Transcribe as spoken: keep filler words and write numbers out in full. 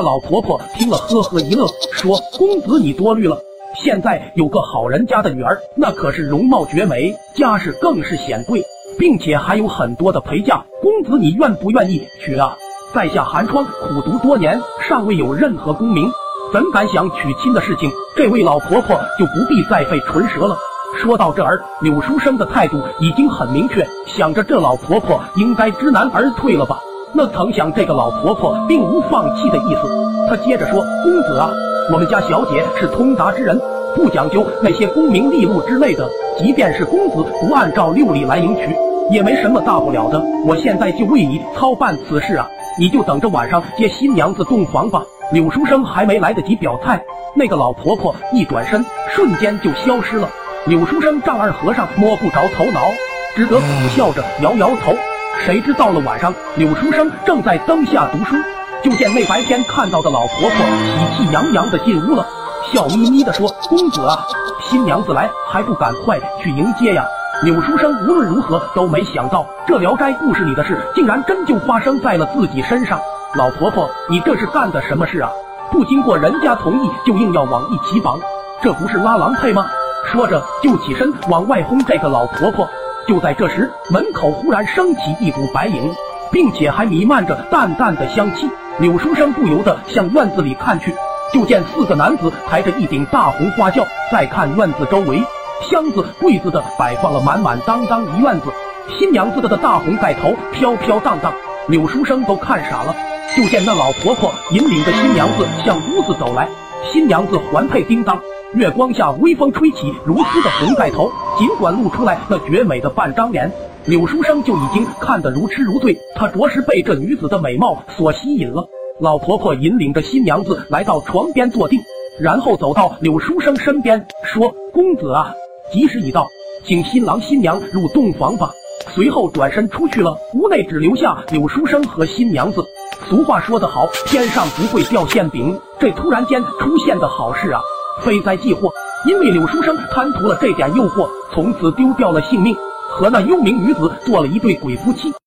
老婆婆听了呵呵一乐，说：“公子你多虑了，现在有个好人家的女儿，那可是容貌绝美，家世更是显贵，并且还有很多的陪嫁。公子你愿不愿意娶啊？”在下寒窗苦读多年，尚未有任何功名，怎敢想娶亲的事情？这位老婆婆就不必再费唇舌了。说到这儿，柳书生的态度已经很明确，想着这老婆婆应该知难而退了吧。那曾想这个老婆婆并无放弃的意思，她接着说：“公子啊，我们家小姐是通达之人，不讲究那些功名利禄之类的，即便是公子不按照六礼来迎娶，也没什么大不了的。我现在就为你操办此事啊，你就等着晚上接新娘子洞房吧。”柳书生还没来得及表态，那个老婆婆一转身，瞬间就消失了。柳书生丈二和尚摸不着头脑，只得苦笑着摇摇头。谁知到了晚上，柳书生正在灯下读书，就见那白天看到的老婆婆喜气洋洋的进屋了，笑眯眯的说：“公子啊，新娘子来，还不赶快去迎接呀？”柳书生无论如何都没想到，这聊斋故事里的事竟然真就发生在了自己身上。老婆婆，你这是干的什么事啊？不经过人家同意就硬要往一起绑，这不是拉郎配吗？说着就起身往外轰这个老婆婆。就在这时，门口忽然升起一股白影，并且还弥漫着淡淡的香气。柳书生不由得向院子里看去，就见四个男子抬着一顶大红花轿，再看院子周围，箱子柜子的摆放了满满当当一院子，新娘子的的大红盖头飘飘荡荡，柳书生都看傻了。就见那老婆婆引领着新娘子向屋子走来，新娘子环佩叮当，月光下微风吹起如丝的红盖头，尽管露出来那绝美的半张脸，柳书生就已经看得如痴如醉，他着实被这女子的美貌所吸引了。老婆婆引领着新娘子来到床边坐定，然后走到柳书生身边说：“公子啊，吉时已到，请新郎新娘入洞房吧。”随后转身出去了，屋内只留下柳书生和新娘子。俗话说得好，天上不会掉馅饼，这突然间出现的好事啊，非灾即祸。因为柳书生贪图了这点诱惑，从此丢掉了性命，和那幽冥女子做了一对鬼夫妻。